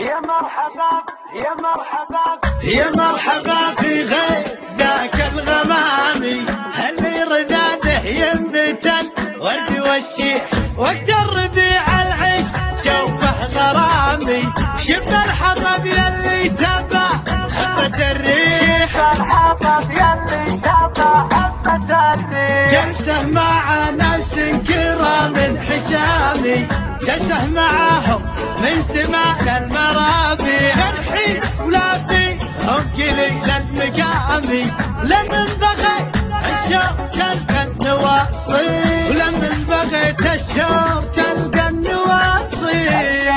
يا مرحبا يا مرحبا يا مرحبا في غير ذاك الغمامي اللي رذاذه ينبت الورد والشيح وقت الربيع العش شوفه غرامي شفت الحطب يلي تبى حبة الريح الحطب يلي تبى حبة الريح جلسه مع ناس كرام حشامي جلسه معاهم من سماء المرابي جرحي ولا فيهم قليل المقامي لمن بغيت الشوق تلقى النواصي ولمن بغيت الشوق تلقى النواصي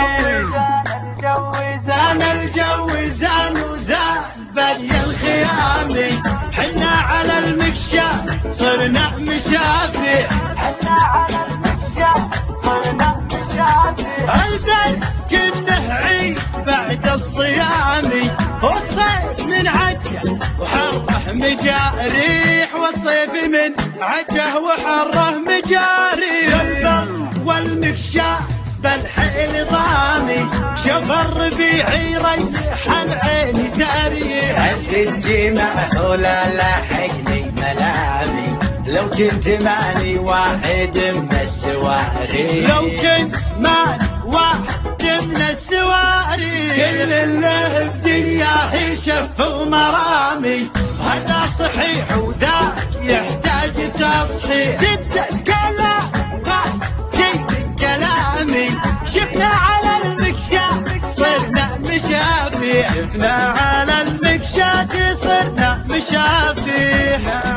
انا الجوزان وزان بني الخيامي حنا على المكشاف صرنا مشافي حنا على المكشاف صرنا البر كنه عيد بعد الصيام والصيف من عجه وحره مجاريح والصيف من عجه وحره مجاريح والمكشاف بالحيل ضامي شوف الربيع يريح العين تاريح السجي معهوله لاحقني ملامي لو كنت ماني واحد من السواري لو كنت ماني واحد من السواري كل اللي بدنياه يشف ومرامي هذا صحيح وذاك يحتاج تصحيح ستة كلام غاية كلامي شفنا على المكشاف صرنا مشافي شفنا على المكشاف صرنا مشافي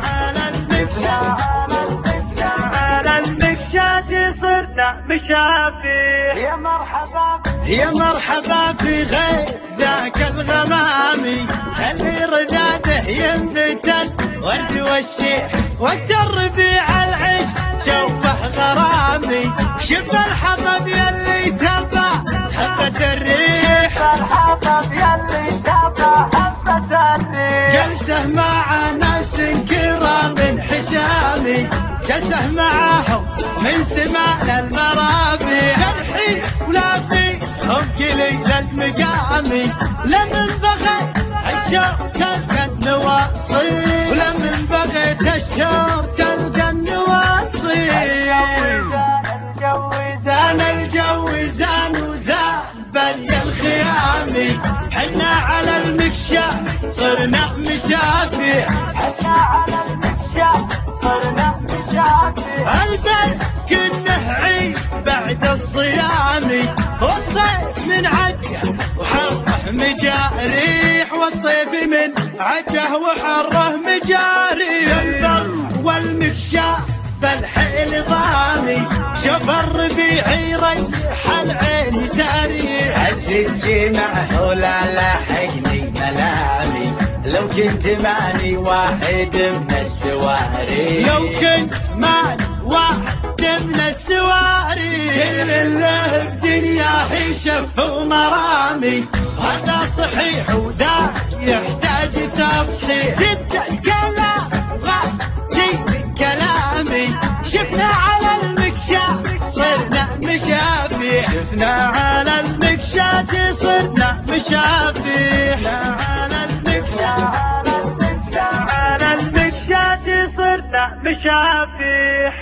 مشافي يا مرحبا يا مرحبا في غير ذاك الغمامي اللي رذاذه ينبت الورد والشيح وقت الربيع العش شوفه غرامي شف الحطب يلي تبى حبة الريح الحطب يلي تبى حبة الريح جلسه مع ناس كرام حشامي جلسه معاهم من سماء المرابي جرحي ولا فيهم قليل المقامي لمن بغيت الشوق تلقى النواصي ولمن بغيت الشوق تلقى النواصي انا الجوزان وزان بني الخيامي حنا على المكشاف صرنا مشافي حنا على المكشاف صرنا البر كنه عيد بعد الصيام والصيف من عجه وحره مجاريح والصيف من عجه وحره مجاريح والمكشاف بالحيل ضامي شوف الربيع يريح العين تاريح السجي معهوله لاحقني ملامي لو كنت ماني واحد من السواري لو كنت ماني واحد من السواري كل اللي بدنياه يشف ومرامي هذا صحيح وذاك يحتاج تصحيح ستة كلام غاية كلامي شفنا على المكشاف صرنا مشافي شفنا على المكشاف صرنا مشافي على المكشاف صرنا مشافي